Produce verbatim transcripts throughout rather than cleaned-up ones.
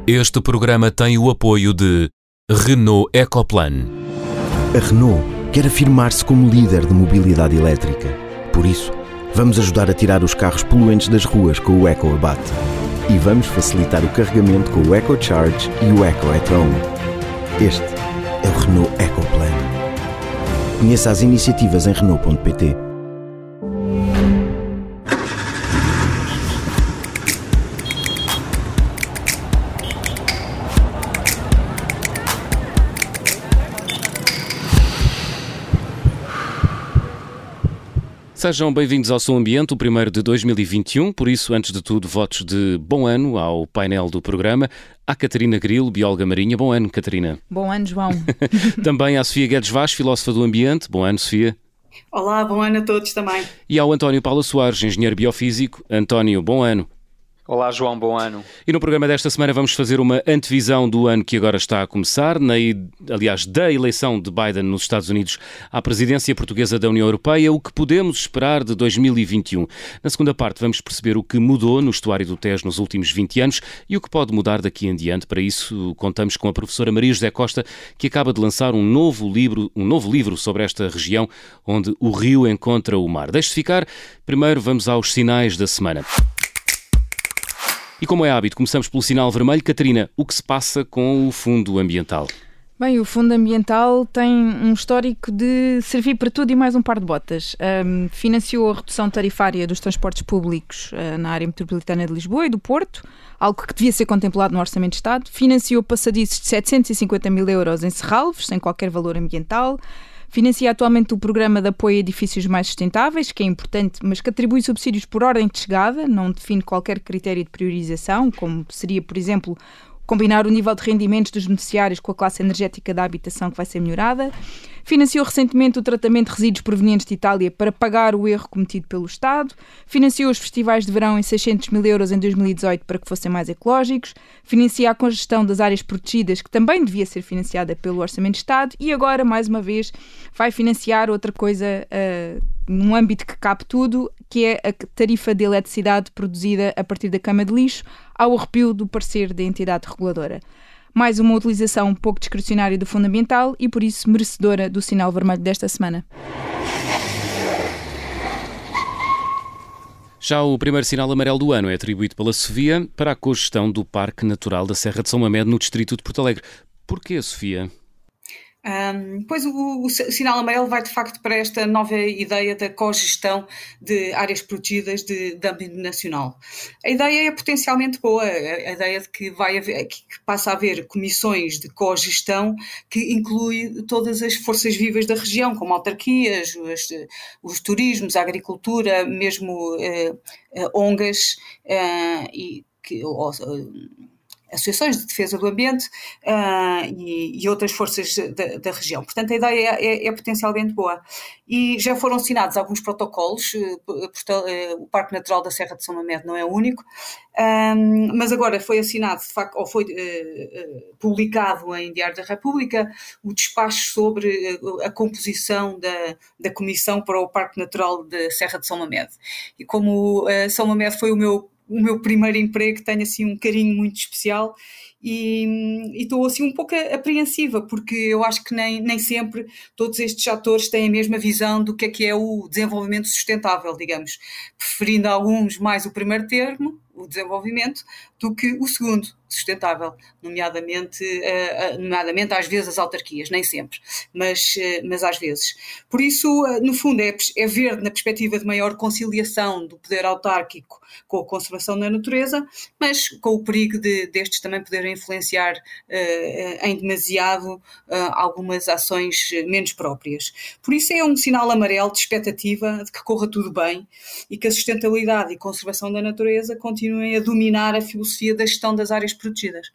Este programa tem o apoio de Renault Ecoplan. A Renault quer afirmar-se como líder de mobilidade elétrica. Por isso, vamos ajudar a tirar os carros poluentes das ruas com o EcoAbate. E vamos facilitar o carregamento com o EcoCharge e o EcoAtHome. Este é o Renault Ecoplan. Conheça as iniciativas em Renault ponto pt. Sejam bem-vindos ao Som Ambiente, o primeiro de dois mil e vinte e um. Por isso, antes de tudo, votos de bom ano ao painel do programa. À Catarina Grilo, bióloga marinha. Bom ano, Catarina. Bom ano, João. Também à Sofia Guedes Vaz, filósofa do ambiente. Bom ano, Sofia. Olá, bom ano a todos também. E ao António Paula Soares, engenheiro biofísico. António, bom ano. Olá, João, bom ano. E no programa desta semana vamos fazer uma antevisão do ano que agora está a começar, na, aliás, da eleição de Biden nos Estados Unidos à presidência portuguesa da União Europeia, o que podemos esperar de dois mil e vinte e um. Na segunda parte vamos perceber o que mudou no estuário do Tejo nos últimos vinte anos e o que pode mudar daqui em diante. Para isso contamos com a professora Maria José Costa, que acaba de lançar um novo livro, um novo livro sobre esta região onde o rio encontra o mar. Deixe-se ficar, primeiro vamos aos sinais da semana. E como é hábito, começamos pelo sinal vermelho. Catarina, o que se passa com o Fundo Ambiental? Bem, o Fundo Ambiental tem um histórico de servir para tudo e mais um par de botas. Um, financiou a redução tarifária dos transportes públicos uh, na área metropolitana de Lisboa e do Porto, algo que devia ser contemplado no Orçamento de Estado. Financiou passadiços de setecentos e cinquenta mil euros em Serralves, sem qualquer valor ambiental. Financia atualmente o programa de apoio a edifícios mais sustentáveis, que é importante, mas que atribui subsídios por ordem de chegada, não define qualquer critério de priorização, como seria, por exemplo, combinar o nível de rendimentos dos beneficiários com a classe energética da habitação que vai ser melhorada. Financiou recentemente o tratamento de resíduos provenientes de Itália para pagar o erro cometido pelo Estado. Financiou os festivais de verão em seiscentos mil euros em dois mil e dezoito para que fossem mais ecológicos. Financia a congestão das áreas protegidas, que também devia ser financiada pelo Orçamento de Estado. E agora, mais uma vez, vai financiar outra coisa uh, num âmbito que cabe tudo, que é a tarifa de eletricidade produzida a partir da queima de lixo, ao arrepio do parecer da entidade reguladora. Mais uma utilização um pouco discricionária do Fundo Ambiental e, por isso, merecedora do sinal vermelho desta semana. Já o primeiro sinal amarelo do ano é atribuído pela Sofia para a cogestão do Parque Natural da Serra de São Mamede, no distrito de Porto Alegre. Porquê, Sofia? Um, pois o, o, o sinal amarelo vai de facto para esta nova ideia da cogestão de áreas protegidas de, de âmbito nacional. A ideia é potencialmente boa, a, a ideia de que, vai haver, que passa a haver comissões de cogestão que inclui todas as forças vivas da região, como autarquias, os, os turismos, a agricultura, mesmo uh, uh, ONGs uh, e que... Uh, associações de defesa do ambiente uh, e, e outras forças da, da região. Portanto, a ideia é, é, é potencialmente boa. E já foram assinados alguns protocolos, uh, o Parque Natural da Serra de São Mamede não é o único, um, mas agora foi assinado, de facto, ou foi uh, uh, publicado em Diário da República, o despacho sobre a composição da, da Comissão para o Parque Natural da Serra de São Mamede. E como uh, São Mamede foi o meu o meu primeiro emprego, tenho assim um carinho muito especial e estou assim um pouco apreensiva, porque eu acho que nem, nem sempre todos estes atores têm a mesma visão do que é que é o desenvolvimento sustentável, digamos, preferindo alguns mais o primeiro termo, o desenvolvimento, do que o segundo, sustentável, nomeadamente, uh, nomeadamente às vezes as autarquias, nem sempre, mas, uh, mas às vezes. Por isso, uh, no fundo, é, é ver na perspectiva de maior conciliação do poder autárquico com a conservação da natureza, mas com o perigo de, destes também poderem influenciar uh, em demasiado uh, algumas ações menos próprias. Por isso é um sinal amarelo de expectativa de que corra tudo bem e que a sustentabilidade e conservação da natureza continuem a dominar a filosofia da gestão das áreas protegidas.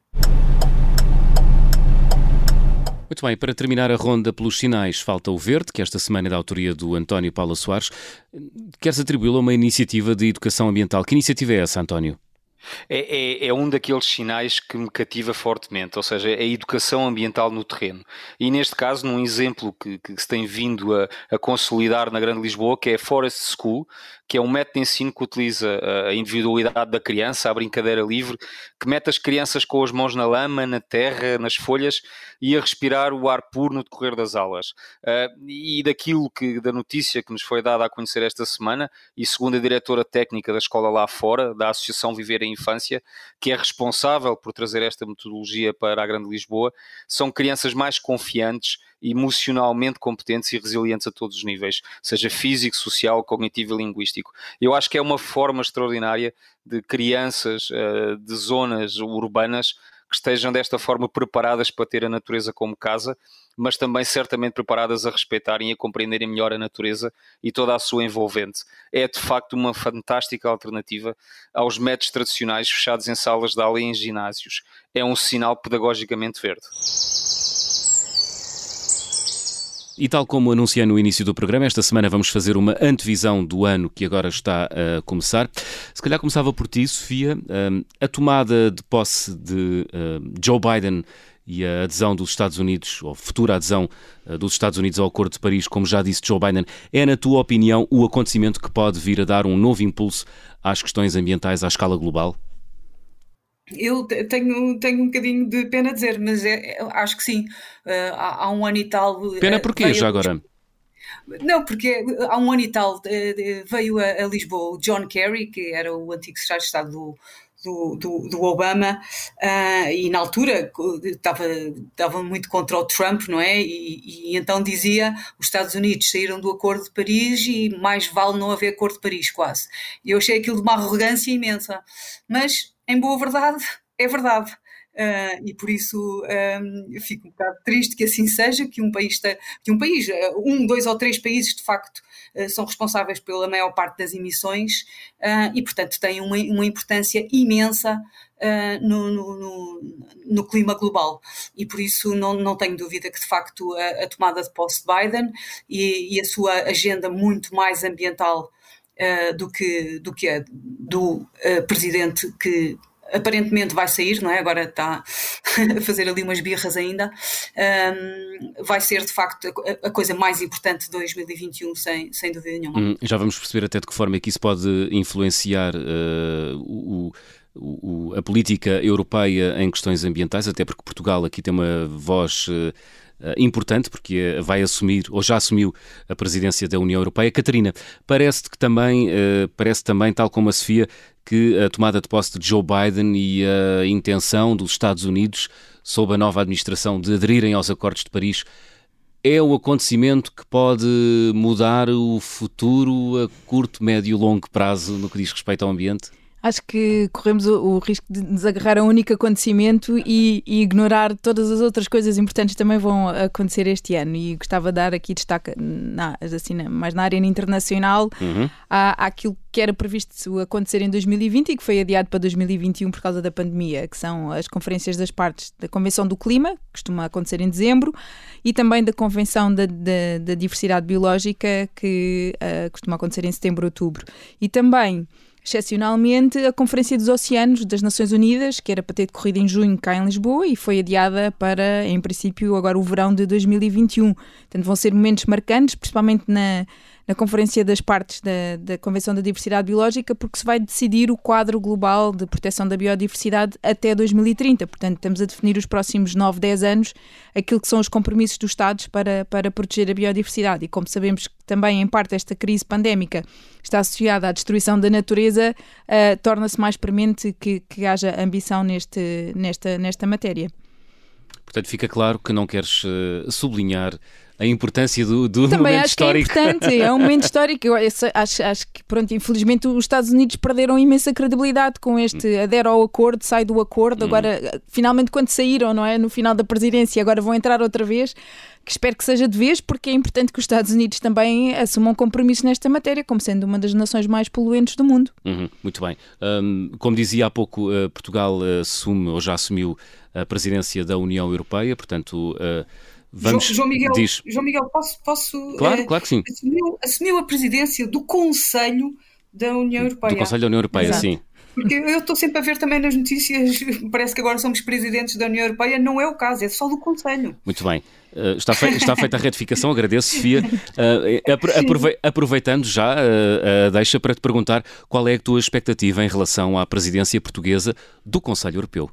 Muito bem, para terminar a ronda pelos sinais, falta o verde, que esta semana é da autoria do António Paula Soares. Queres atribuí-lo a uma iniciativa de educação ambiental? Que iniciativa é essa, António? É, é, é um daqueles sinais que me cativa fortemente, ou seja, a educação ambiental no terreno. E neste caso, num exemplo que, que se tem vindo a, a consolidar na Grande Lisboa, que é a Forest School, que é um método de ensino que utiliza a individualidade da criança, a brincadeira livre, que mete as crianças com as mãos na lama, na terra, nas folhas e a respirar o ar puro no decorrer das aulas. Uh, e daquilo que, da notícia que nos foi dada a conhecer esta semana, e segundo a diretora técnica da escola lá fora, da Associação Viver a Infância, que é responsável por trazer esta metodologia para a Grande Lisboa, são crianças mais confiantes, emocionalmente competentes e resilientes a todos os níveis, seja físico, social, cognitivo e linguístico. Eu acho que é uma forma extraordinária de crianças uh, de zonas urbanas que estejam desta forma preparadas para ter a natureza como casa, mas também certamente preparadas a respeitarem e a compreenderem melhor a natureza e toda a sua envolvente. É de facto uma fantástica alternativa aos métodos tradicionais fechados em salas de aula e em ginásios. É um sinal pedagogicamente verde. E tal como anunciei no início do programa, esta semana vamos fazer uma antevisão do ano que agora está a começar. Se calhar começava por ti, Sofia. A tomada de posse de Joe Biden e a adesão dos Estados Unidos, ou futura adesão dos Estados Unidos ao Acordo de Paris, como já disse Joe Biden, é, na tua opinião, o acontecimento que pode vir a dar um novo impulso às questões ambientais à escala global? Eu tenho, tenho um bocadinho de pena a dizer, mas é, acho que sim. Uh, há, há um ano e tal... Pena porquê, veio... já agora? Não, porque há um ano e tal veio a, a Lisboa o John Kerry, que era o antigo secretário de Estado do, do, do, do Obama, uh, e na altura estava, estava muito contra o Trump, não é? E, e então dizia, os Estados Unidos saíram do Acordo de Paris e mais vale não haver Acordo de Paris, quase. E eu achei aquilo de uma arrogância imensa. Mas... em boa verdade, é verdade. Uh, e por isso um, fico um bocado triste que assim seja, que um país, te, que um, país um, dois ou três países de facto uh, são responsáveis pela maior parte das emissões uh, e portanto têm uma, uma importância imensa uh, no, no, no, no clima global. E por isso não, não tenho dúvida que de facto a, a tomada de posse de Biden e, e a sua agenda muito mais ambiental Uh, do que, do que é do uh, presidente que aparentemente vai sair, não é? Agora está a fazer ali umas birras ainda, um, vai ser de facto a, a coisa mais importante de dois mil e vinte e um, sem, sem dúvida nenhuma. Hum, já vamos perceber até de que forma é que isso pode influenciar uh, o, o, a política europeia em questões ambientais, até porque Portugal aqui tem uma voz... Uh, importante, porque vai assumir, ou já assumiu, a presidência da União Europeia. Catarina, parece-te que também, parece também, tal como a Sofia, que a tomada de posse de Joe Biden e a intenção dos Estados Unidos, sob a nova administração, de aderirem aos Acordos de Paris, é o acontecimento que pode mudar o futuro a curto, médio e longo prazo no que diz respeito ao ambiente? Acho que corremos o, o risco de nos agarrar a um único acontecimento e, e ignorar todas as outras coisas importantes que também vão acontecer este ano. E gostava de dar aqui destaque, na, assim, mais na área internacional, uhum. à, àquilo que era previsto acontecer em dois mil e vinte e que foi adiado para dois mil e vinte e um por causa da pandemia, que são as conferências das partes da Convenção do Clima, que costuma acontecer em dezembro, e também da Convenção da, da, da Diversidade Biológica, que uh, costuma acontecer em setembro, outubro. E também... excepcionalmente, a Conferência dos Oceanos das Nações Unidas, que era para ter decorrido em junho cá em Lisboa e foi adiada para, em princípio, agora o verão de dois mil e vinte e um. Portanto, vão ser momentos marcantes, principalmente na, na Conferência das Partes da, da Convenção da Diversidade Biológica, porque se vai decidir o quadro global de proteção da biodiversidade até dois mil e trinta. Portanto, estamos a definir os próximos nove, dez anos, aquilo que são os compromissos dos Estados para, para proteger a biodiversidade. E como sabemos que também, em parte, esta crise pandémica está associada à destruição da natureza, uh, torna-se mais premente que, que haja ambição neste, nesta, nesta matéria. Portanto, fica claro que não queres uh, sublinhar a importância do, do Também momento acho histórico. Que é importante, é um momento histórico. Eu acho, acho que, pronto, infelizmente os Estados Unidos perderam imensa credibilidade com este adere ao acordo, sai do acordo, agora, hum. finalmente quando saíram, não é? No final da presidência, agora vão entrar outra vez, que espero que seja de vez, porque é importante que os Estados Unidos também assumam compromisso nesta matéria, como sendo uma das nações mais poluentes do mundo. Uhum, muito bem. Um, como dizia há pouco, uh, Portugal uh, assume, ou já assumiu, a presidência da União Europeia, portanto... Uh, Vamos, João, João Miguel, diz... João Miguel, posso... posso claro, é, claro que sim. Assumiu, assumiu a presidência do Conselho da União Europeia. Do Conselho da União Europeia, Exato. sim. Porque eu estou sempre a ver também nas notícias, parece que agora somos presidentes da União Europeia, não é o caso, é só do Conselho. Muito bem. Uh, está, fei- está feita a retificação, agradeço, Sofia. Uh, apro- aprove- aproveitando já, uh, uh, deixa para te perguntar qual é a tua expectativa em relação à presidência portuguesa do Conselho Europeu.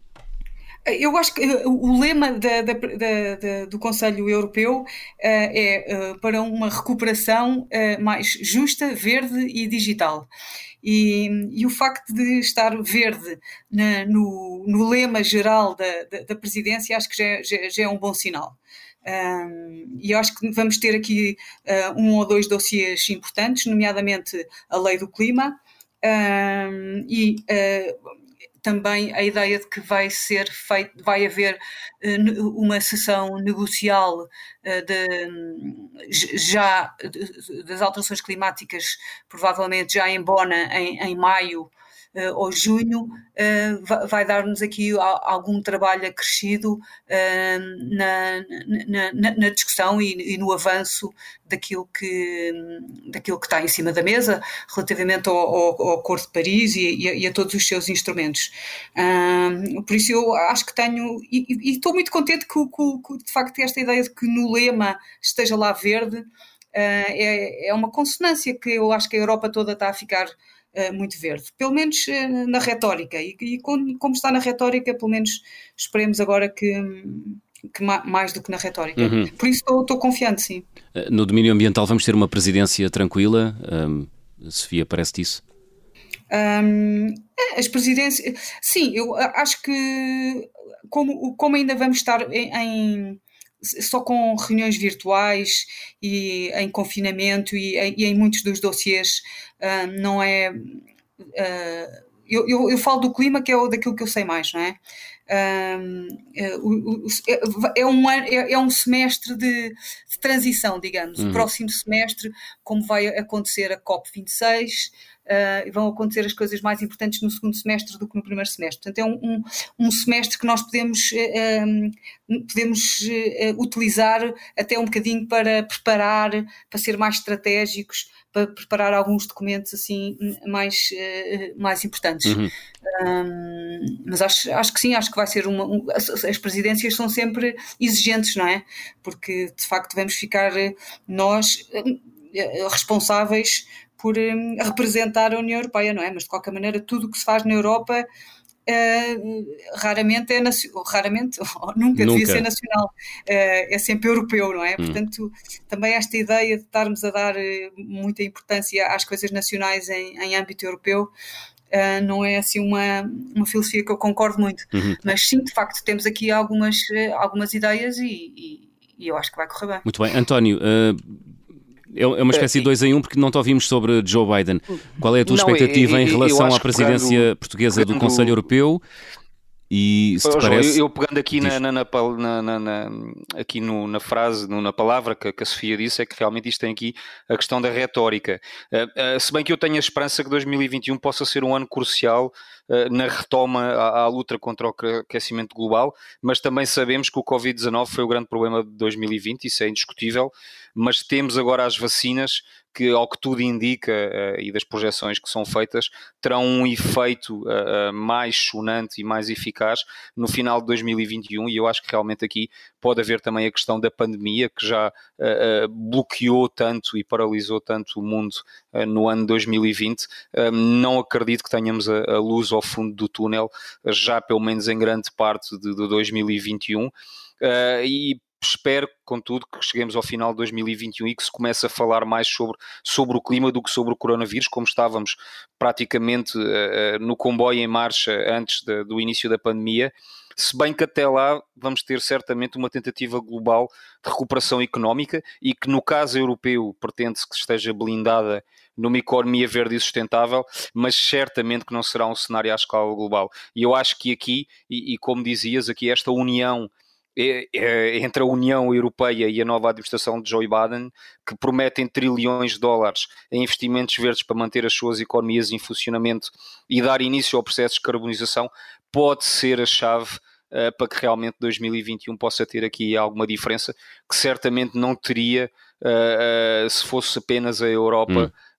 Eu acho que uh, o lema da, da, da, da, do Conselho Europeu uh, é uh, para uma recuperação uh, mais justa, verde e digital. E, e o facto de estar verde na, no, no lema geral da, da, da presidência, acho que já, já, já é um bom sinal. Um, e eu acho que vamos ter aqui uh, um ou dois dossiês importantes, nomeadamente a lei do clima um, e uh, também a ideia de que vai ser feito, vai haver uh, uma sessão negocial uh, de, já de, das alterações climáticas, provavelmente já em Bona em, em maio uh, ou junho, uh, vai, vai dar-nos aqui algum trabalho acrescido uh, na, na, na, na discussão e, e no avanço daquilo que, daquilo que está em cima da mesa relativamente ao, ao, ao Acordo de Paris e, e, a, e a todos os seus instrumentos. Um, por isso eu acho que tenho, e, e estou muito contente que, que, que de facto esta ideia de que no lema esteja lá verde uh, é, é uma consonância que eu acho que a Europa toda está a ficar uh, muito verde, pelo menos uh, na retórica, e, e como, como está na retórica, pelo menos esperemos agora que que mais do que na retórica. Uhum. Por isso estou, estou confiante, sim. No domínio ambiental vamos ter uma presidência tranquila? Um, Sofia, parece-te isso? Um, as presidências... Sim, eu acho que como, como ainda vamos estar em, em, só com reuniões virtuais e em confinamento e, e em muitos dos dossiês, um, não é... Uh, eu, eu, eu falo do clima, que é daquilo que eu sei mais, não é? Um, é, um, é, é um semestre de, de transição, digamos. Uhum. O próximo semestre, como vai acontecer a COP vinte e seis, uh, vão acontecer as coisas mais importantes no segundo semestre do que no primeiro semestre. Portanto, é um, um, um semestre que nós podemos, uh, podemos uh, utilizar até um bocadinho para preparar, para ser mais estratégicos, para preparar alguns documentos assim mais, uh, mais importantes. Uhum. Um, mas acho, acho que sim, acho que vai ser uma... Um, as, as presidências são sempre exigentes, não é? Porque de facto vamos ficar nós uh, responsáveis por um, representar a União Europeia, não é? Mas de qualquer maneira tudo o que se faz na Europa Uh, raramente é nacional, raramente, ou nunca, nunca devia ser nacional, uh, é sempre europeu, não é? Hum. Portanto, também esta ideia de estarmos a dar uh, muita importância às coisas nacionais em, em âmbito europeu uh, não é assim uma, uma filosofia que eu concordo muito, uhum. Mas sim, de facto, temos aqui algumas, uh, algumas ideias e, e, e eu acho que vai correr bem. Muito bem, António, uh... é uma espécie de dois em um, porque não te ouvimos sobre Joe Biden. Qual é a tua não, expectativa eu, eu, em relação à presidência pegando, portuguesa pegando, do Conselho Europeu? E se te oh, parece... eu, eu pegando aqui, na, na, na, na, na, aqui no, na frase, no, na palavra que, que a Sofia disse, é que realmente isto tem aqui a questão da retórica. Uh, uh, se bem que eu tenho a esperança que dois mil e vinte e um possa ser um ano crucial uh, na retoma à, à luta contra o aquecimento global, mas também sabemos que o covid dezanove foi o grande problema de dois mil e vinte, isso é indiscutível, mas temos agora as vacinas que, ao que tudo indica, uh, e das projeções que são feitas, terão um efeito uh, mais sonante e mais eficaz no final de dois mil e vinte e um, e eu acho que realmente aqui pode haver também a questão da pandemia, que já uh, uh, bloqueou tanto e paralisou tanto o mundo uh, no ano dois mil e vinte. Uh, não acredito que tenhamos a, a luz ao fundo do túnel, uh, já pelo menos em grande parte de, de dois mil e vinte e um, uh, e espero, contudo, que cheguemos ao final de dois mil e vinte e um e que se comece a falar mais sobre, sobre o clima do que sobre o coronavírus, como estávamos praticamente uh, no comboio em marcha antes de, do início da pandemia, se bem que até lá vamos ter certamente uma tentativa global de recuperação económica e que no caso europeu pretende-se que esteja blindada numa economia verde e sustentável, mas certamente que não será um cenário à escala global. E eu acho que aqui, e, e como dizias, aqui esta união entre a União Europeia e a nova administração de Joe Biden, que prometem trilhões de dólares em investimentos verdes para manter as suas economias em funcionamento e dar início ao processo de descarbonização, pode ser a chave uh, para que realmente dois mil e vinte e um possa ter aqui alguma diferença, que certamente não teria uh, uh, se fosse apenas a Europa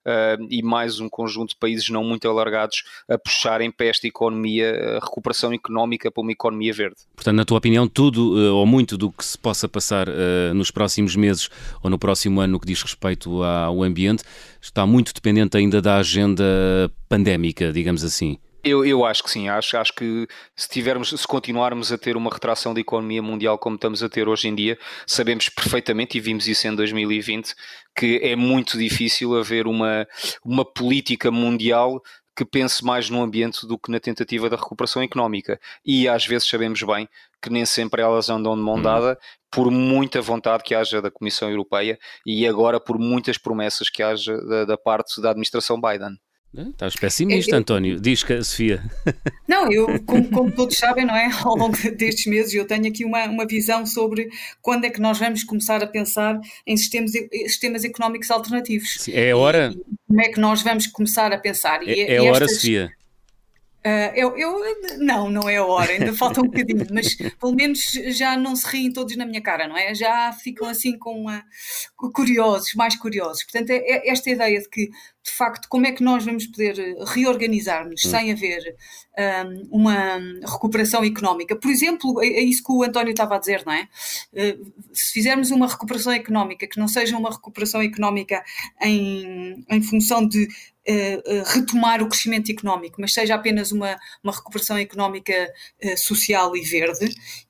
uh, e mais um conjunto de países não muito alargados a puxarem para esta economia, a recuperação económica para uma economia verde. Portanto, na tua opinião, tudo uh, ou muito do que se possa passar uh, nos próximos meses ou no próximo ano no que diz respeito ao ambiente está muito dependente ainda da agenda pandémica, digamos assim. Eu, eu acho que sim, acho, acho que se tivermos, se continuarmos a ter uma retração da economia mundial como estamos a ter hoje em dia, sabemos perfeitamente, e vimos isso em dois mil e vinte, que é muito difícil haver uma, uma política mundial que pense mais no ambiente do que na tentativa da recuperação económica. E às vezes sabemos bem que nem sempre elas andam de mão dada, por muita vontade que haja da Comissão Europeia e agora por muitas promessas que haja da, da parte da administração Biden. Estás pessimista, eu, António. Diz que a Sofia. Não, eu, como, como todos sabem, não é? Ao longo destes meses eu tenho aqui uma, uma visão sobre quando é que nós vamos começar a pensar em sistemas, sistemas económicos alternativos. Sim, é a hora. E, como é que nós vamos começar a pensar? É, e, é a hora, estas... Sofia. Uh, eu, eu, não, não é a hora, ainda falta um bocadinho, mas pelo menos já não se riem todos na minha cara, não é? Já ficam assim com uma, curiosos, mais curiosos. Portanto, é, é esta ideia de que, de facto, como é que nós vamos poder reorganizar-nos hum. sem haver um, uma recuperação económica? Por exemplo, é, é isso que o António estava a dizer, não é? Uh, se fizermos uma recuperação económica que não seja uma recuperação económica em, em função de Uh, uh, retomar o crescimento económico, mas seja apenas uma, uma recuperação económica uh, social e verde,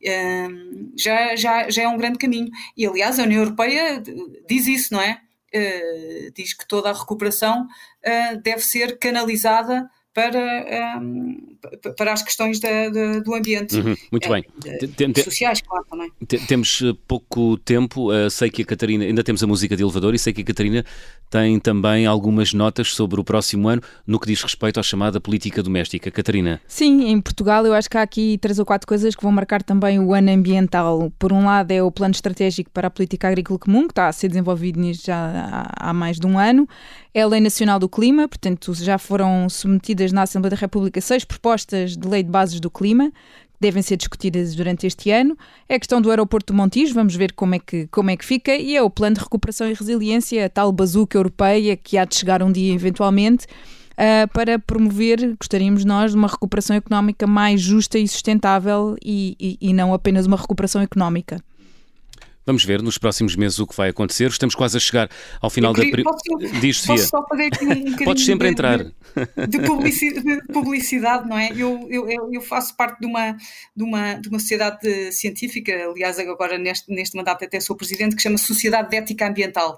uh, já, já, já é um grande caminho. E, aliás, a União Europeia diz isso, não é? Uh, diz que toda a recuperação uh, deve ser canalizada para, um, para as questões da, da, do ambiente. Uhum, muito é, bem. De, tem, sociais, claro, também. Temos pouco tempo, uh, sei que a Catarina, ainda temos a música de elevador e sei que a Catarina tem também algumas notas sobre o próximo ano no que diz respeito à chamada política doméstica. Catarina? Sim, em Portugal eu acho que há aqui três ou quatro coisas que vão marcar também o ano ambiental. Por um lado é o Plano Estratégico para a Política Agrícola Comum, que está a ser desenvolvido já há, há mais de um ano. É a Lei Nacional do Clima, portanto já foram submetidas na Assembleia da República seis propostas de lei de bases do clima, que devem ser discutidas durante este ano. É a questão do aeroporto do Montijo, vamos ver como é que, como é que fica, e é o Plano de Recuperação e Resiliência, a tal bazuca europeia que há de chegar um dia eventualmente, uh, para promover, gostaríamos nós, de uma recuperação económica mais justa e sustentável e, e, e não apenas uma recuperação económica. Vamos ver nos próximos meses o que vai acontecer. Estamos quase a chegar ao final queria, da... Pri... Posso, Diz, Sofia. Posso só fazer aqui um bocadinho Podes sempre de, entrar. De, de, publicidade, de publicidade, não é? Eu, eu, eu faço parte de uma, de, uma, de uma sociedade científica, aliás agora neste, neste mandato até sou presidente, que chama Sociedade de Ética Ambiental.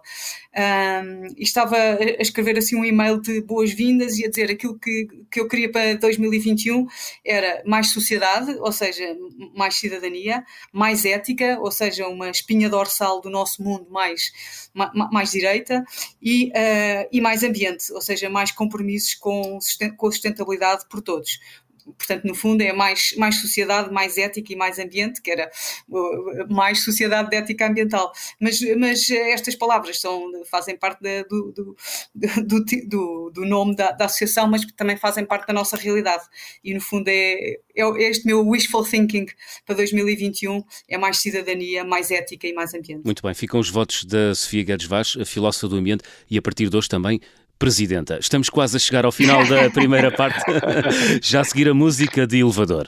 Um, e estava a escrever assim um e-mail de boas-vindas e a dizer aquilo que, que eu queria para dois mil e vinte e um era mais sociedade, ou seja, mais cidadania, mais ética, ou seja, uma espinha dorsal do nosso mundo mais, mais, mais direita e, uh, e mais ambiente, ou seja, mais compromissos com, com a sustentabilidade por todos. Portanto, no fundo, é mais, mais sociedade, mais ética e mais ambiente, que era uh, mais sociedade de ética ambiental. Mas, mas estas palavras são, fazem parte da, do, do, do, do, do nome da, da associação, mas também fazem parte da nossa realidade. E, no fundo, é, é este meu wishful thinking para dois mil e vinte e um, é mais cidadania, mais ética e mais ambiente. Muito bem, ficam os votos da Sofia Guedes Vaz, a filósofa do ambiente, e a partir de hoje também Presidenta. Estamos quase a chegar ao final da primeira parte. Já a seguir a música de elevador.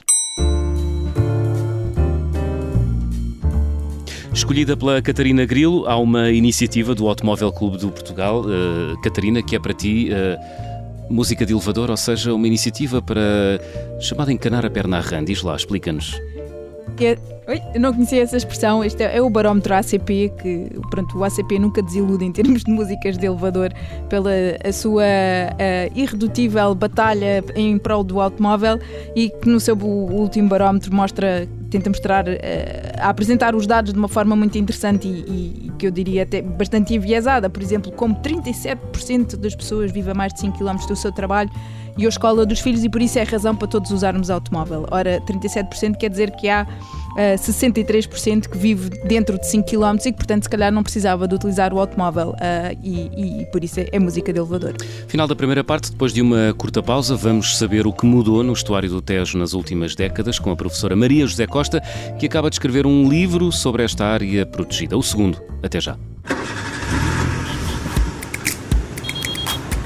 Escolhida pela Catarina Grilo, há uma iniciativa do Automóvel Clube do Portugal, uh, Catarina, que é para ti uh, música de elevador, ou seja, uma iniciativa para chamada encanar a perna à rã. Diz lá, explica-nos. É, oi, eu não conhecia essa expressão. Este é, é o barómetro A C P, que pronto, o A C P nunca desilude em termos de músicas de elevador pela a sua a irredutível batalha em prol do automóvel, e que no seu último barómetro mostra, tenta mostrar, a, a apresentar os dados de uma forma muito interessante e, e que eu diria até bastante enviesada. Por exemplo, como trinta e sete por cento das pessoas vivem a mais de cinco quilómetros do seu trabalho e a escola dos filhos, e por isso é razão para todos usarmos automóvel. Ora, trinta e sete por cento quer dizer que há uh, sessenta e três por cento que vive dentro de cinco quilómetros e que, portanto, se calhar não precisava de utilizar o automóvel, uh, e, e por isso é, é música de elevador. Final da primeira parte, depois de uma curta pausa, vamos saber o que mudou no estuário do Tejo nas últimas décadas com a professora Maria José Costa, que acaba de escrever um livro sobre esta área protegida. O segundo, até já.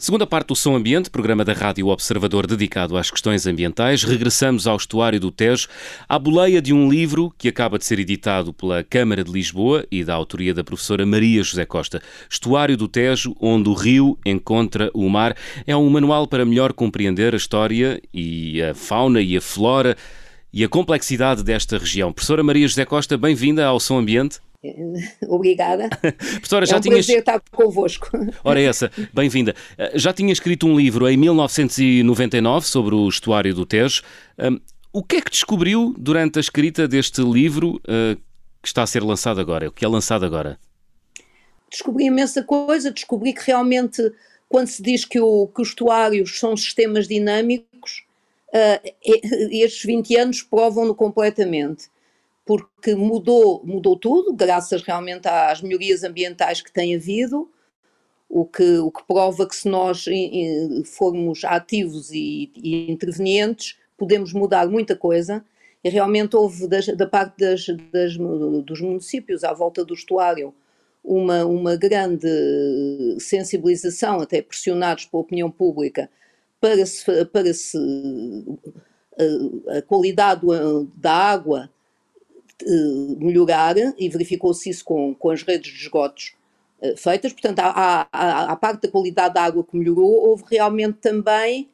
Segunda parte do Som Ambiente, programa da Rádio Observador dedicado às questões ambientais. Regressamos ao estuário do Tejo, à boleia de um livro que acaba de ser editado pela Câmara de Lisboa e da autoria da professora Maria José Costa. Estuário do Tejo, onde o rio encontra o mar. É um manual para melhor compreender a história e a fauna e a flora e a complexidade desta região. Professora Maria José Costa, bem-vinda ao Som Ambiente. Obrigada. Professora, já é um tinhas... prazer estar convosco. Ora essa, bem-vinda. Já tinha escrito um livro em mil novecentos e noventa e nove sobre o estuário do Tejo. Um, o que é que descobriu durante a escrita deste livro uh, que está a ser lançado agora, o que é lançado agora? Descobri imensa coisa, descobri que realmente quando se diz que, o, que os estuários são sistemas dinâmicos, uh, estes vinte anos provam-no completamente. Porque mudou, mudou tudo, graças realmente às melhorias ambientais que tem havido, o que, o que prova que se nós formos ativos e, e intervenientes, podemos mudar muita coisa, e realmente houve das, da parte das, das, dos municípios à volta do estuário uma, uma grande sensibilização, até pressionados pela opinião pública, para, se, para se, a, a qualidade da água melhorar, e verificou-se isso com, com as redes de esgotos uh, feitas. Portanto, à, à, à parte da qualidade da água que melhorou, houve realmente também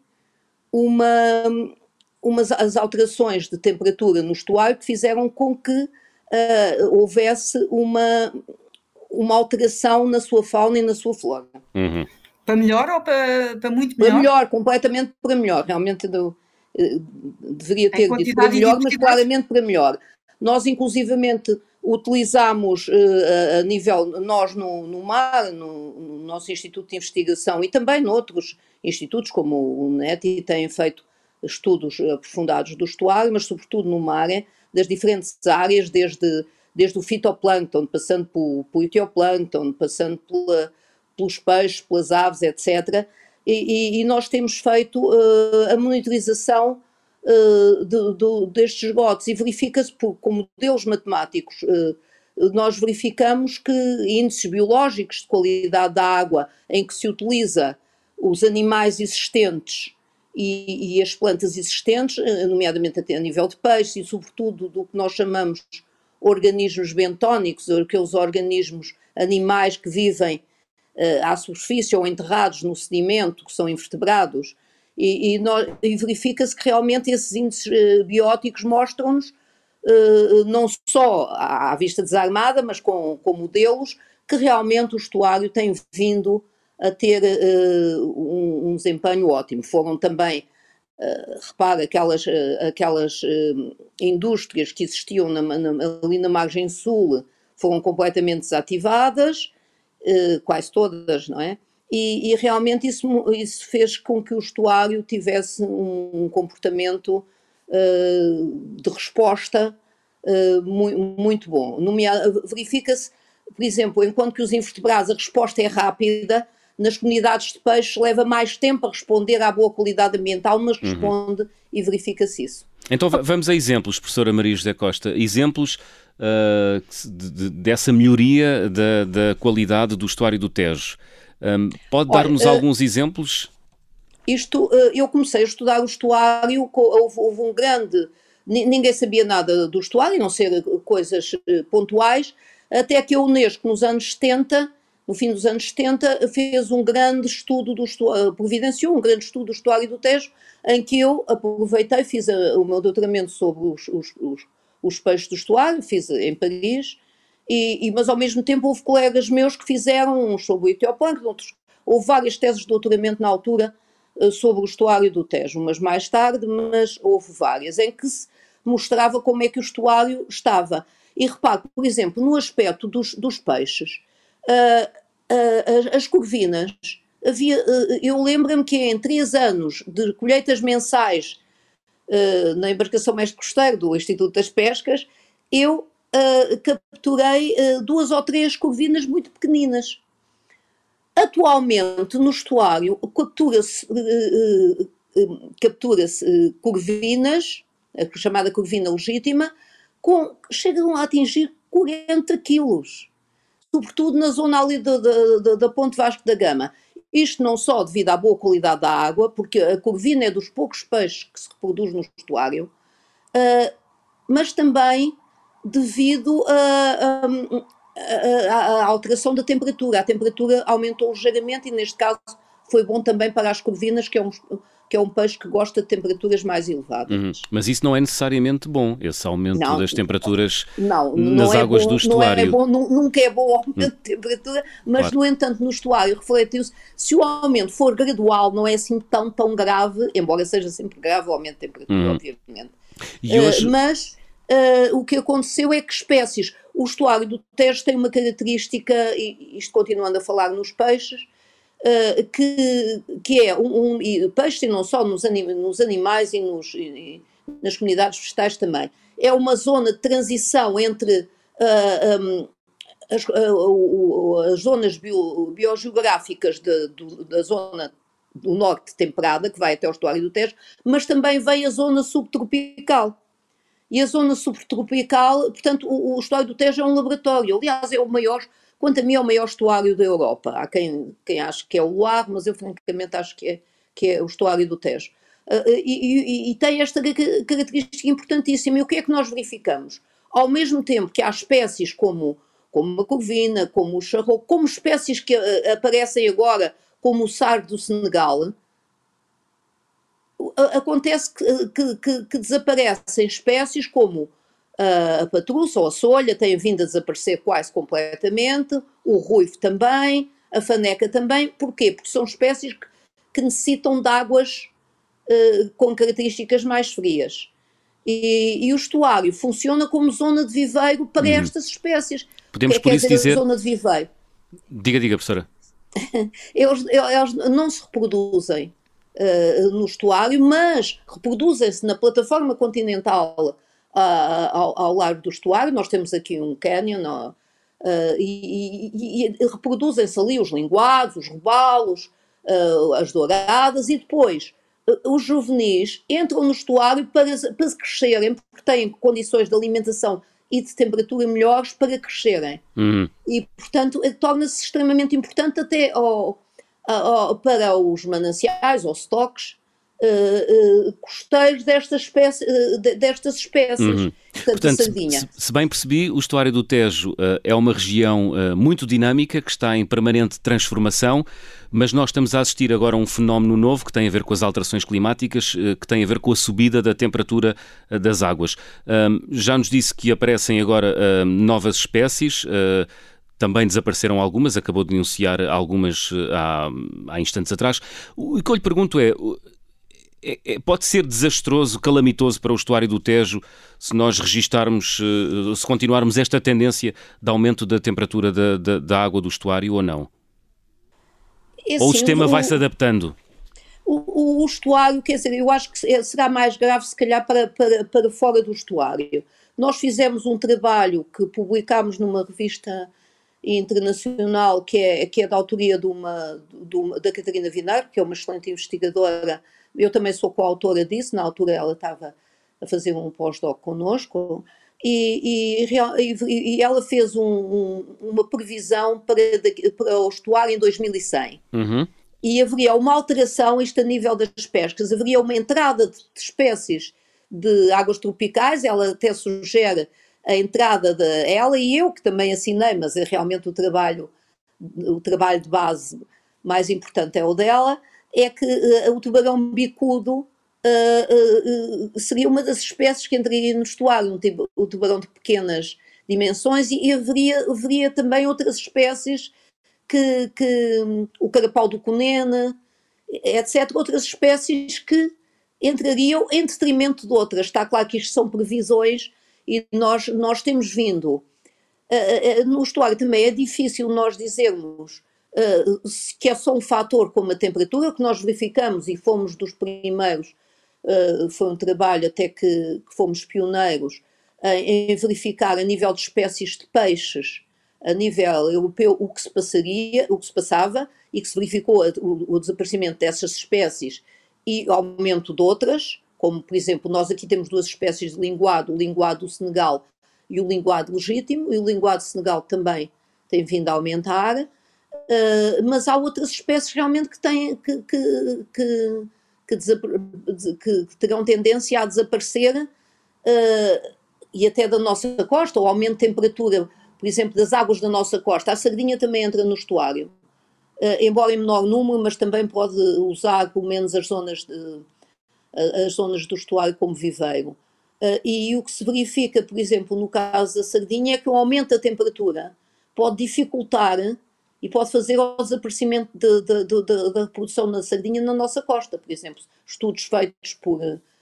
uma, umas as alterações de temperatura no estuário que fizeram com que uh, houvesse uma, uma alteração na sua fauna e na sua flora. Uhum. Para melhor ou para, para muito melhor? Para melhor, completamente para melhor. Realmente do, uh, deveria ter dito para melhor, mas claramente para melhor. Nós, inclusivamente, utilizamos uh, a nível, nós no, no mar, no, no nosso Instituto de Investigação e também noutros institutos, como o N E T I, têm feito estudos aprofundados do estuário, mas sobretudo no mar, das diferentes áreas, desde, desde o fitoplâncton, passando pelo, pelo etiопланктон, passando pela, pelos peixes, pelas aves, etcétera. E, e, e nós temos feito uh, a monitorização Uh, de, de, destes esgotos, e verifica-se por, com modelos matemáticos, uh, nós verificamos que índices biológicos de qualidade da água em que se utiliza os animais existentes e, e as plantas existentes, nomeadamente até a nível de peixe e sobretudo do que nós chamamos organismos bentónicos, aqueles organismos animais que vivem uh, à superfície ou enterrados no sedimento, que são invertebrados. E, e, e verifica-se que realmente esses índices uh, bióticos mostram-nos, uh, não só à, à vista desarmada, mas com, com modelos, que realmente o estuário tem vindo a ter uh, um, um desempenho ótimo. Foram também, uh, repara, aquelas, uh, aquelas uh, indústrias que existiam na, na, ali na margem sul foram completamente desativadas, uh, quase todas, não é? E, e realmente isso, isso fez com que o estuário tivesse um, um comportamento uh, de resposta uh, muito, muito bom. Verifica-se, por exemplo, enquanto que os invertebrados a resposta é rápida, nas comunidades de peixes leva mais tempo a responder à boa qualidade ambiental, mas responde uhum. e verifica-se isso. Então vamos a exemplos, professora Maria José Costa, exemplos uh, de, de, dessa melhoria da, da qualidade do estuário do Tejo. Um, pode dar-nos uh, alguns exemplos? Isto, uh, eu comecei a estudar o estuário, houve, houve um grande, ninguém sabia nada do estuário, a não ser coisas uh, pontuais, até que a Unesco nos anos setenta, no fim dos anos setenta, fez um grande estudo do estuário, providenciou um grande estudo do estuário do Tejo, em que eu aproveitei, fiz a, o meu doutoramento sobre os, os, os, os peixes do estuário, fiz em Paris. E, e, mas ao mesmo tempo houve colegas meus que fizeram uns sobre o etiопланктон, outros, houve várias teses de doutoramento na altura uh, sobre o estuário do Tejo, umas mais tarde, mas houve várias, em que se mostrava como é que o estuário estava. E repare, por exemplo, no aspecto dos, dos peixes, uh, uh, as, as corvinas, havia, uh, eu lembro-me que em três anos de colheitas mensais uh, na embarcação mestre costeiro do Instituto das Pescas, eu Uh, capturei uh, duas ou três corvinas muito pequeninas. Atualmente, no estuário, captura-se uh, uh, captura-se uh, corvinas, a chamada corvina legítima, com, chegam a atingir quarenta quilos, sobretudo na zona ali da, da, da Ponte Vasco da Gama. Isto não só devido à boa qualidade da água, porque a corvina é dos poucos peixes que se reproduz no estuário, uh, mas também devido à alteração da temperatura. A temperatura aumentou ligeiramente e, neste caso, foi bom também para as corvinas, que é um, que é um peixe que gosta de temperaturas mais elevadas. Uhum. Mas isso não é necessariamente bom, esse aumento não, das temperaturas não, nas não águas é bom, do estuário. Não é bom, nunca é bom o aumento hum. de temperatura, mas, claro. No entanto, no estuário refletiu-se. Se o aumento for gradual, não é assim tão, tão grave, embora seja sempre grave o aumento de temperatura, hum. obviamente. E hoje... uh, mas uh, o que aconteceu é que espécies... O estuário do Tejo tem uma característica, e isto continuando a falar nos peixes, Uh, que, que é um, um e peixes e não só nos, anim, nos animais e, nos, e nas comunidades vegetais também. É uma zona de transição entre uh, um, as, uh, as zonas bio, biogeográficas de, do, da zona do norte temperada, que vai até ao estuário do Tejo, mas também vem a zona subtropical. E a zona subtropical, portanto, o, o estuário do Tejo é um laboratório. Aliás, é o maior... Quanto a mim, é o maior estuário da Europa. Há quem, quem ache que é o Loire, mas eu francamente acho que é, que é o estuário do Tejo. Uh, e, e, e tem esta característica importantíssima. E o que é que nós verificamos? Ao mesmo tempo que há espécies como, como a corvina, como o charro, como espécies que uh, aparecem agora, como o sardo do Senegal, uh, acontece que, que, que, que desaparecem espécies como a patruça ou a solha têm vindo a desaparecer quase completamente, o ruivo também, a faneca também. Porquê? Porque são espécies que, que necessitam de águas uh, com características mais frias. E, e o estuário funciona como zona de viveiro para uhum. estas espécies. Podemos que, por isso dizer... Zona de viveiro. Diga, diga, professora. eles, eles não se reproduzem uh, no estuário, mas reproduzem-se na plataforma continental Ao, ao largo do estuário. Nós temos aqui um cânion uh, e, e, e reproduzem-se ali os linguados, os robalos, uh, as douradas, e depois uh, os juvenis entram no estuário para, para crescerem, porque têm condições de alimentação e de temperatura melhores para crescerem. Uhum. E, portanto, torna-se extremamente importante até ao, ao, para os mananciais ou estoques Uh, uh, costeiros desta espécie, uh, de, destas espécies, uhum. portanto, portanto, sardinha. Se, se bem percebi, o estuário do Tejo uh, é uma região uh, muito dinâmica, que está em permanente transformação, mas nós estamos a assistir agora a um fenómeno novo que tem a ver com as alterações climáticas, uh, que tem a ver com a subida da temperatura uh, das águas. Uh, já nos disse que aparecem agora uh, novas espécies, uh, também desapareceram algumas, acabou de denunciar algumas uh, há, há instantes atrás. O que eu lhe pergunto é... É, é, pode ser desastroso, calamitoso para o estuário do Tejo se nós registarmos, se continuarmos esta tendência de aumento da temperatura da, da, da água do estuário ou não? É, ou sim, o sistema o, vai se adaptando? O, o estuário, quer dizer, eu acho que será mais grave se calhar para, para, para fora do estuário. Nós fizemos um trabalho que publicámos numa revista internacional que é, que é da autoria de uma, de uma, da Catarina Vinar, que é uma excelente investigadora. Eu também sou coautora disso, na altura ela estava a fazer um pós-doc connosco, e, e, e ela fez um, um, uma previsão para, para o estuário em dois mil e cem. Uhum. E haveria uma alteração, isto a nível das pescas, haveria uma entrada de, de espécies de águas tropicais, ela até sugere a entrada de ela, e eu que também assinei, mas é realmente o trabalho, o trabalho de base mais importante é o dela, é que uh, o tubarão bicudo uh, uh, uh, seria uma das espécies que entraria no estuário, um tipo, o tubarão de pequenas dimensões, e, e haveria, haveria também outras espécies, que, que um, o carapau do conene, etcétera, outras espécies que entrariam em detrimento de outras. Está claro que isto são previsões e nós, nós temos vindo. Uh, uh, no estuário também é difícil nós dizermos Uh, que é só um fator como a temperatura, que nós verificamos e fomos dos primeiros, uh, foi um trabalho até que, que fomos pioneiros em, em verificar a nível de espécies de peixes, a nível europeu, o que se passaria, o que se passava, e que se verificou o, o desaparecimento dessas espécies e aumento de outras, como por exemplo, nós aqui temos duas espécies de linguado, o linguado do Senegal e o linguado legítimo, e o linguado do Senegal também tem vindo a aumentar. uh, mas há outras espécies realmente que têm que, que, que, que, que, que terão tendência a desaparecer, uh, e até da nossa costa, o aumento de temperatura, por exemplo, das águas da nossa costa. A sardinha também entra no estuário, uh, embora em menor número, mas também pode usar pelo menos as zonas, de, as zonas do estuário como viveiro. Uh, e o que se verifica, por exemplo, no caso da sardinha, é que o aumento da temperatura pode dificultar e pode fazer o desaparecimento de, de, de, de, da reprodução da sardinha na nossa costa. Por exemplo, estudos feitos por,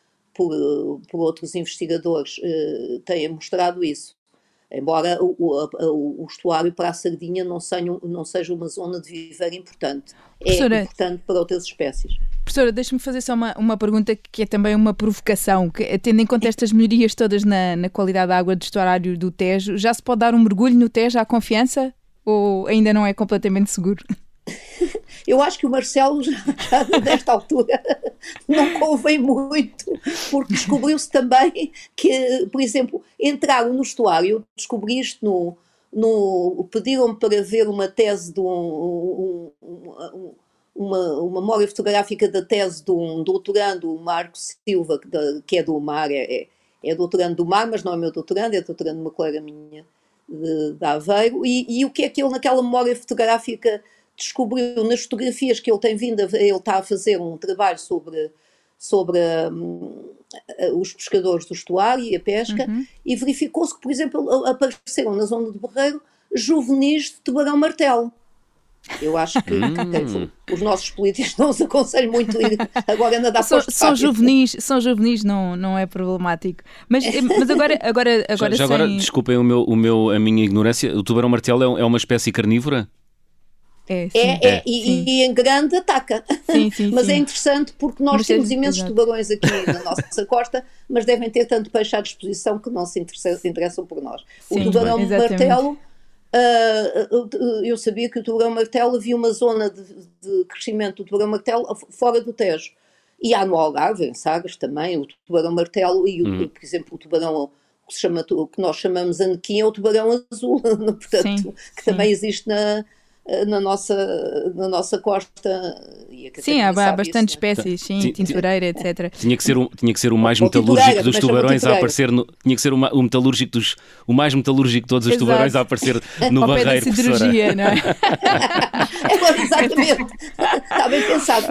por, por outros investigadores uh, têm mostrado isso. Embora o, o, o estuário para a sardinha não seja, não seja uma zona de viver importante. Professora, é importante para outras espécies. Professora, deixe-me fazer só uma, uma pergunta que é também uma provocação. Que, tendo em conta estas melhorias todas na, na qualidade da água do estuário do Tejo, já se pode dar um mergulho no Tejo à confiança? Ou ainda não é completamente seguro? Eu acho que o Marcelo, já, já nesta altura, não convém muito, porque descobriu-se também que, por exemplo, entraram no estuário, descobri isto no... no pediram-me para ver uma tese de um... um, um uma, uma memória fotográfica da tese de um doutorando, o Marco Silva, que é do mar, é, é, é doutorando do mar, mas não é meu doutorando, é doutorando de uma colega minha de, de Aveiro, e, e o que é que ele naquela memória fotográfica descobriu nas fotografias que ele tem vindo a, ele está a fazer um trabalho sobre, sobre um, os pescadores do estuário e a pesca, uhum. E verificou-se que, por exemplo, apareceram na zona do Barreiro juvenis de tubarão-martelo. Eu acho que hum. os nossos políticos não os aconselham muito ir agora nadar para o estuário. São juvenis, são juvenis, não, não é problemático. Mas, mas agora, agora, agora, já, já sem... agora, desculpem o meu, o meu, a minha ignorância, o tubarão-martelo é uma espécie carnívora? É, sim. É, é, e, sim. E em grande ataca. Sim, sim, mas sim. É interessante porque nós mas temos é, imensos exato. tubarões aqui na nossa costa, mas devem ter tanto peixe à disposição que não se interessam, se interessam por nós. Sim, o tubarão-martelo... Uh, eu sabia que o tubarão-martelo havia uma zona de, de crescimento do tubarão-martelo fora do Tejo. E há no Algarve, em Sagres também, o tubarão-martelo e, o, hum. por exemplo, o tubarão que, se chama, que nós chamamos anequim é o tubarão azul, portanto, sim, que sim. também existe na, na, nossa, na nossa costa. E sim, há, há bastante isso, espécies, sim, sim, tintureira, etcétera. Tinha que ser o, tinha que ser o mais ou metalúrgico dos tubarões a aparecer, no, tinha que ser o, o metalúrgico dos, o mais metalúrgico de todos os Exato. tubarões a aparecer no barreiro, professora. Não é? É, exatamente, está bem pensado,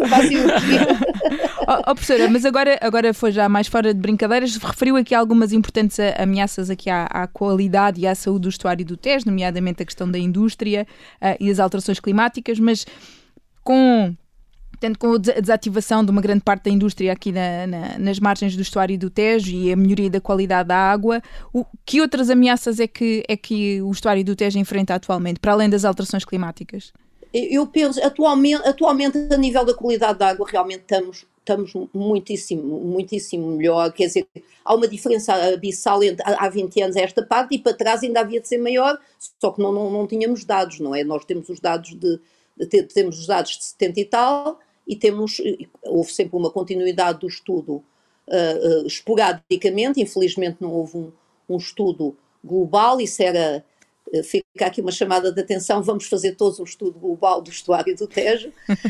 oh, oh, professora, mas agora, agora foi já mais fora de brincadeiras, referiu aqui algumas importantes ameaças aqui à, à qualidade e à saúde do estuário do Tejo, nomeadamente a questão da indústria uh, e das alterações climáticas, mas com... Tanto com a desativação de uma grande parte da indústria aqui na, na, nas margens do estuário do Tejo e a melhoria da qualidade da água, o, que outras ameaças é que, é que o estuário do Tejo enfrenta atualmente, para além das alterações climáticas? Eu penso, atualmente, atualmente a nível da qualidade da água, realmente estamos, estamos muitíssimo, muitíssimo melhor, quer dizer, há uma diferença abissal entre há vinte anos a esta parte e para trás ainda havia de ser maior, só que não, não, não tínhamos dados, não é? Nós temos os dados de, de temos os dados de setenta e tal, e temos, houve sempre uma continuidade do estudo uh, uh, esporadicamente, infelizmente não houve um, um estudo global, isso era, uh, fica aqui uma chamada de atenção, vamos fazer todos um estudo global do estuário do Tejo,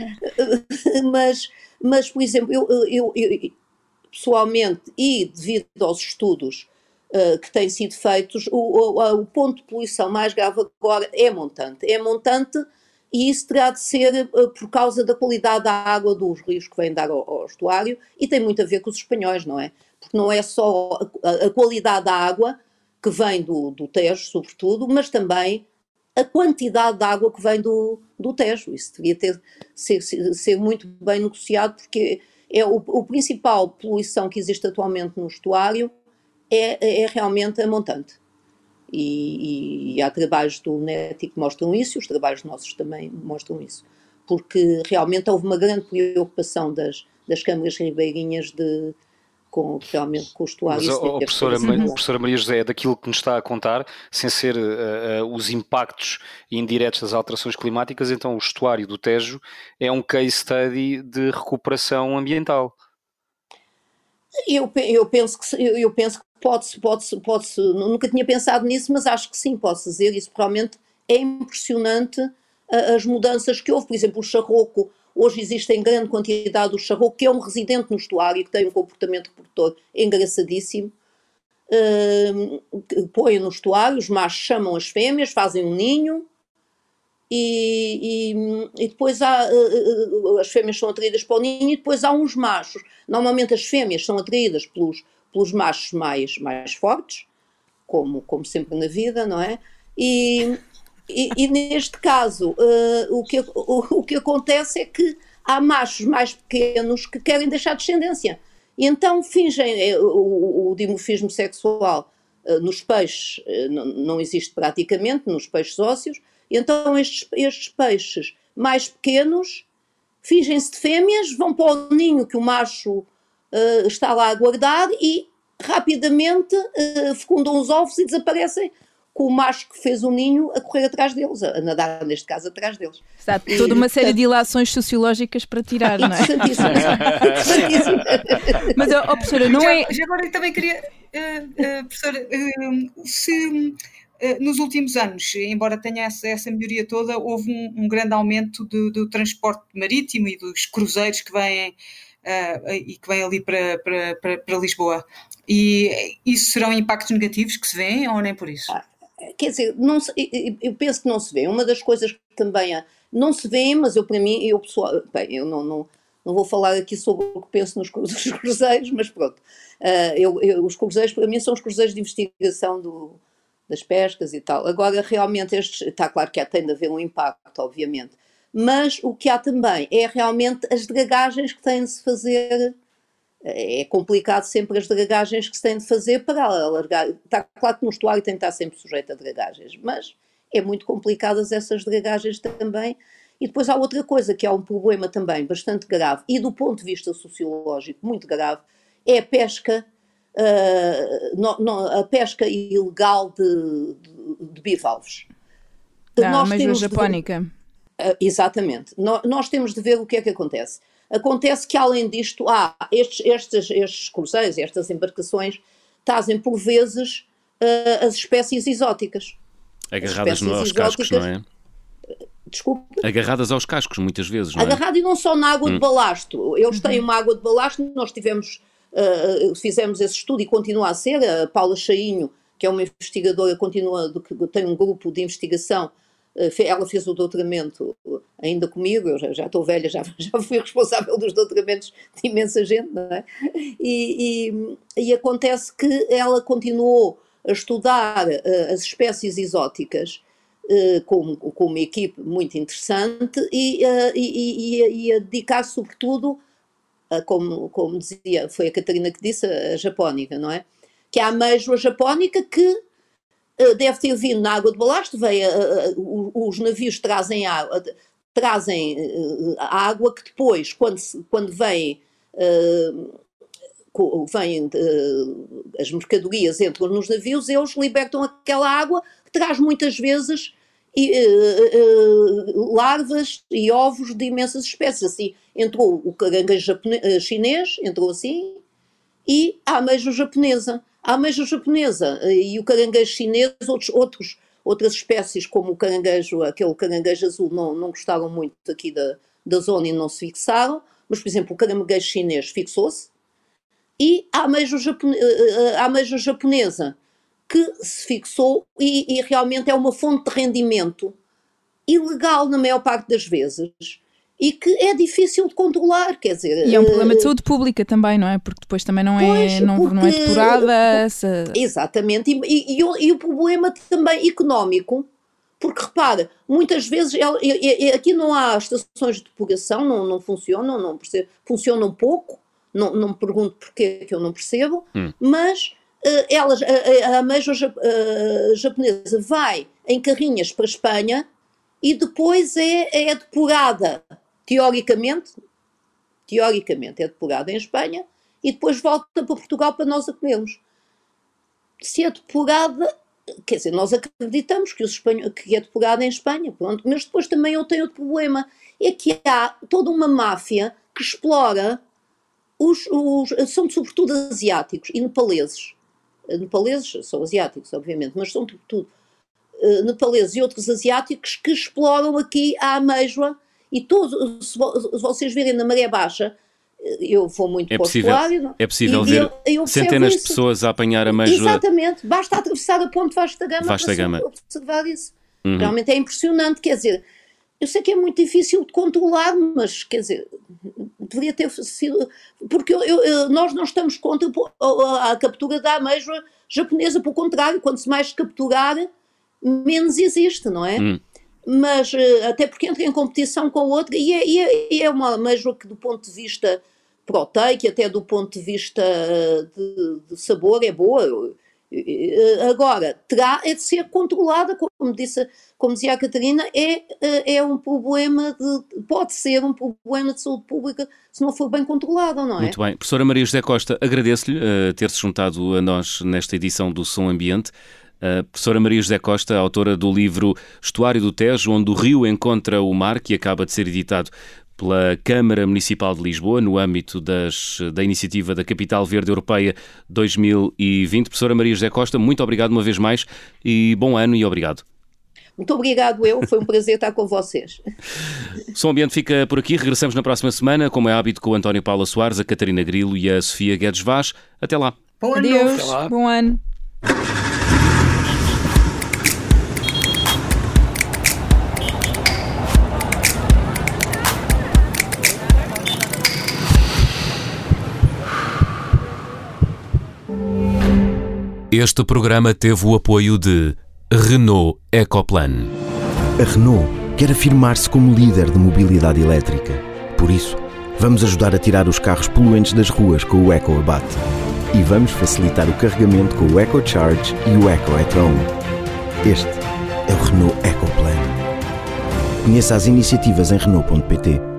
mas, mas, por exemplo, eu, eu, eu pessoalmente e devido aos estudos uh, que têm sido feitos, o, o, o ponto de poluição mais grave agora é montante, é montante. E isso terá de ser uh, por causa da qualidade da água dos rios que vêm dar ao, ao estuário e tem muito a ver com os espanhóis, não é? Porque não é só a, a, a qualidade da água que vem do, do Tejo, sobretudo, mas também a quantidade de água que vem do, do Tejo. Isso devia ter, ser, ser muito bem negociado porque é o, o principal poluição que existe atualmente no estuário é, é realmente a montante. E, e há trabalhos do N E T I que mostram isso e os trabalhos nossos também mostram isso, porque realmente houve uma grande preocupação das, das câmaras ribeirinhas de, com, realmente com o estuário. Mas, oh, professora, uhum. professora Maria José, daquilo que nos está a contar, sem ser uh, uh, os impactos indiretos das alterações climáticas, então o estuário do Tejo é um case study de recuperação ambiental. Eu, eu penso que eu, eu penso que pode-se, pode-se, pode-se, nunca tinha pensado nisso, mas acho que sim, posso dizer isso, realmente é impressionante as mudanças que houve. Por exemplo, o charroco, hoje existe em grande quantidade o charroco, que é um residente no estuário e que tem um comportamento reprodutor engraçadíssimo. Uh, põem no estuário, os machos chamam as fêmeas, fazem um ninho e, e, e depois há, uh, as fêmeas são atraídas para o ninho e depois há uns machos. Normalmente as fêmeas são atraídas pelos, pelos machos mais, mais fortes, como, como sempre na vida, não é? E, e, e neste caso uh, o, que, o, o que acontece é que há machos mais pequenos que querem deixar descendência. E então fingem, o, o dimorfismo sexual uh, nos peixes uh, não, não existe praticamente, nos peixes ósseos, e então estes, estes peixes mais pequenos fingem-se de fêmeas, vão para o ninho que o macho uh, está lá a guardar e rapidamente uh, fecundam os ovos e desaparecem, com o macho que fez o ninho a correr atrás deles, a nadar neste caso atrás deles. Está toda uma série de ilações sociológicas para tirar, não é? Mas, oh, professora, não já, é... Já agora eu também queria, uh, uh, professora, uh, se uh, nos últimos anos, embora tenha essa, essa melhoria toda, houve um, um grande aumento do, do transporte marítimo e dos cruzeiros que vêm, uh, e que vêm ali para, para, para, para Lisboa. E isso serão impactos negativos que se vêem ou nem por isso? Ah. Quer dizer, não se, eu penso que não se vê. Uma das coisas que também há, não se vê, mas eu para mim, eu pessoal, bem, eu não, não, não vou falar aqui sobre o que penso nos cruzeiros, mas pronto, uh, eu, eu, os cruzeiros para mim são os cruzeiros de investigação do, das pescas e tal. Agora realmente estes, está claro que há, tem de haver um impacto, obviamente, mas o que há também é realmente as dragagens que têm de se fazer. É complicado sempre as dragagens que se têm de fazer para alargar. Está claro que no estuário tem de estar sempre sujeito a dragagens, mas é muito complicadas essas dragagens também. E depois há outra coisa que é um problema também bastante grave e do ponto de vista sociológico muito grave, é a pesca, uh, no, no, a pesca ilegal de, de, de bivalves. Ah, Nós mas temos japónica. De, uh, exatamente. No, nós temos de ver o que é que acontece. Acontece que, além disto, há estes, estes, estes cruzeiros, estas embarcações, trazem por vezes uh, as espécies exóticas. Agarradas espécies aos exóticas, cascos, não é? Desculpe? Agarradas aos cascos, muitas vezes, não é? Agarrado e não só na água hum. de balasto. Eles têm uma água de balasto, nós tivemos, uh, fizemos esse estudo e continua a ser. A Paula Chainho, que é uma investigadora, continua, tem um grupo de investigação. Ela fez o doutoramento ainda comigo, eu já, já estou velha, já, já fui responsável dos doutoramentos de imensa gente, não é? E, e, e acontece que ela continuou a estudar uh, as espécies exóticas uh, com, com uma equipe muito interessante e, uh, e, e, e a dedicar sobretudo, a, como, como dizia, foi a Catarina que disse, a japónica, não é? Que é a ameijoa japónica que deve ter vindo na água de balasto, veio, uh, uh, os navios trazem água, trazem uh, água que depois, quando, quando vem, uh, vem uh, as mercadorias entram nos navios, eles libertam aquela água que traz muitas vezes uh, uh, larvas e ovos de imensas espécies. Assim, entrou o caranguejo japonês, chinês, entrou assim, e a ameijoa japonesa. A ameijoa japonesa e o caranguejo chinês, outros, outros, outras espécies como o caranguejo, aquele caranguejo azul, não, não gostaram muito aqui da, da zona e não se fixaram, mas, por exemplo, o caranguejo chinês fixou-se, e a ameijoa japonesa, a ameijoa japonesa que se fixou e, e realmente é uma fonte de rendimento ilegal na maior parte das vezes, e que é difícil de controlar, quer dizer... E é um problema de saúde pública também, não é? Porque depois também não é, pois, não, porque, não é depurada... Se... Exatamente, e, e, e, o, e o problema também económico, porque repara, muitas vezes, ela, e, e, aqui não há estações de depuração, não, não funcionam, não percebo, funcionam pouco, não, não me pergunto porquê que eu não percebo, hum. mas uh, elas, a, a ameijoa uh, japonesa vai em carrinhas para a Espanha e depois é, é depurada. Teoricamente, teoricamente é depurada em Espanha e depois volta para Portugal para nós a comermos. Se é depurada, quer dizer, nós acreditamos que, os espanhol, que é depurada em Espanha, pronto, mas depois também eu tenho outro problema, é que há toda uma máfia que explora, os, os, são sobretudo asiáticos e nepaleses. Nepaleses são asiáticos, obviamente, mas são sobretudo uh, nepaleses e outros asiáticos que exploram aqui a amêijoa, e todos, se, vo, se vocês virem na maré baixa, eu vou muito é para possível, o estuário. É possível e, ver eu, eu centenas isso. de pessoas a apanhar a amêijoa. Exatamente, basta atravessar a ponte Vasco da Gama Vasco da para Gama. observar isso. Uhum. Realmente é impressionante, quer dizer, eu sei que é muito difícil de controlar, mas quer dizer, deveria ter sido, porque eu, eu, nós não estamos contra a, a captura da amêijoa japonesa, pelo contrário, quanto mais capturar, menos existe, não é? Uhum. Mas até porque entra em competição com outra, e é, e é, e é uma amêijoa que do ponto de vista proteico, até do ponto de vista de, de sabor, é boa. Agora, terá é de ser controlada, como, disse, como dizia a Catarina, é, é um problema de, pode ser um problema de saúde pública se não for bem controlado, não é? Muito bem. Professora Maria José Costa, agradeço-lhe uh, ter-se juntado a nós nesta edição do Som Ambiente. Uh, professora Maria José Costa, autora do livro Estuário do Tejo, onde o rio encontra o mar, que acaba de ser editado pela Câmara Municipal de Lisboa, no âmbito das, da iniciativa da Capital Verde Europeia dois mil e vinte. Professora Maria José Costa, muito obrigado uma vez mais e bom ano e obrigado. Muito obrigado eu, foi um prazer estar com vocês. O Som Ambiente fica por aqui, regressamos na próxima semana, como é hábito, com o António Paula Soares, a Catarina Grilo e a Sofia Guedes Vaz. Até lá. Bom ano. Adeus. Até lá. Bom ano. Este programa teve o apoio de Renault Ecoplan. A Renault quer afirmar-se como líder de mobilidade elétrica. Por isso, vamos ajudar a tirar os carros poluentes das ruas com o EcoAbate. E vamos facilitar o carregamento com o EcoCharge e o Eco-at-Home. Este é o Renault Ecoplan. Conheça as iniciativas em Renault ponto pt.